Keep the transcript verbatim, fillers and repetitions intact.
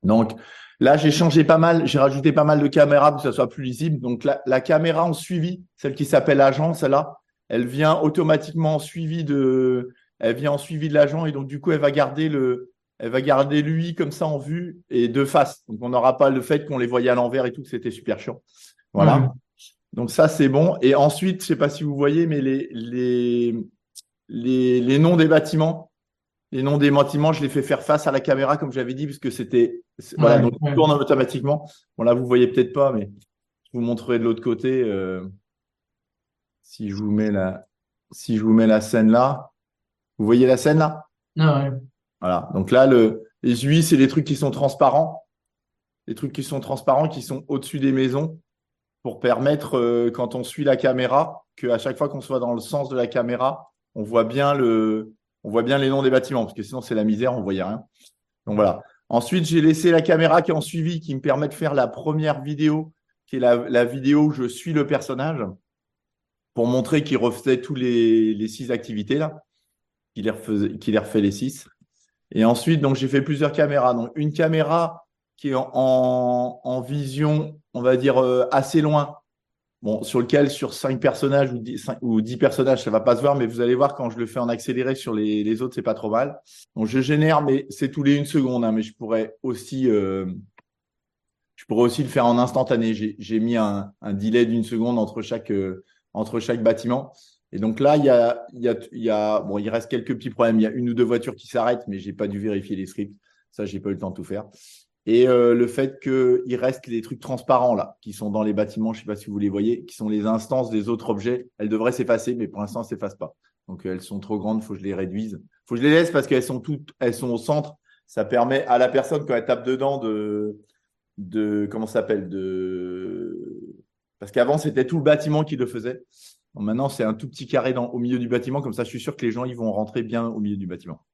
Donc là, j'ai changé pas mal, j'ai rajouté pas mal de caméras pour que ça soit plus lisible. Donc la, la caméra en suivi, celle qui s'appelle agent, celle-là, elle vient automatiquement en suivi de, elle vient en suivi de l'agent et donc du coup, elle va garder le, elle va garder lui comme ça en vue et de face. Donc on n'aura pas le fait qu'on les voyait à l'envers et tout, que c'était super chiant. Ouais. Voilà. Donc ça, c'est bon. Et ensuite, je sais pas si vous voyez, mais les, les, les, les noms des bâtiments. Les noms des bâtiments, je les fais faire face à la caméra, comme j'avais dit, puisque c'était. Voilà, Ouais. donc ils Ouais. tournent automatiquement. Bon, là, vous voyez peut-être pas, mais je vous montrerai de l'autre côté. euh, si je vous mets la, si je vous mets la scène là. Vous voyez la scène là? Ah ouais. Voilà. Donc là, le, les U I, c'est les trucs qui sont transparents. Les trucs qui sont transparents, qui sont au-dessus des maisons, pour permettre, euh, quand on suit la caméra, qu'à chaque fois qu'on soit dans le sens de la caméra, on voit bien le, on voit bien les noms des bâtiments, parce que sinon, c'est la misère, on voyait rien. Donc voilà. Ensuite, j'ai laissé la caméra qui est en suivi, qui me permet de faire la première vidéo, qui est la, la vidéo où je suis le personnage, pour montrer qu'il refaisait tous les, les six activités là, qu'il les refaisait, qu'il les refait les six. Et ensuite, donc j'ai fait plusieurs caméras. Donc une caméra qui est en, en, en vision, on va dire euh, assez loin. Bon, sur lequel, sur cinq personnages ou dix, cinq, ou dix personnages, ça va pas se voir, mais vous allez voir quand je le fais en accéléré sur les, les autres, c'est pas trop mal. Donc, je génère, mais c'est tous les une seconde, hein, mais je pourrais aussi, euh, je pourrais aussi le faire en instantané. J'ai, j'ai mis un, un délai d'une seconde entre chaque, euh, entre chaque bâtiment. Et donc là, il y a, il y a, il y a, bon, il reste quelques petits problèmes. Il y a une ou deux voitures qui s'arrêtent, mais j'ai pas dû vérifier les scripts. Ça, j'ai pas eu le temps de tout faire. Et euh, le fait qu'il reste les trucs transparents là, qui sont dans les bâtiments, je ne sais pas si vous les voyez, qui sont les instances des autres objets, elles devraient s'effacer, mais pour l'instant, elles ne s'effacent pas. Donc euh, elles sont trop grandes, il faut que je les réduise. Il faut que je les laisse parce qu'elles sont toutes, elles sont au centre. Ça permet à la personne, quand elle tape dedans, de, de comment ça s'appelle, de. Parce qu'avant, c'était tout le bâtiment qui le faisait. Donc, maintenant, c'est un tout petit carré dans, au milieu du bâtiment, comme ça, je suis sûr que les gens ils vont rentrer bien au milieu du bâtiment.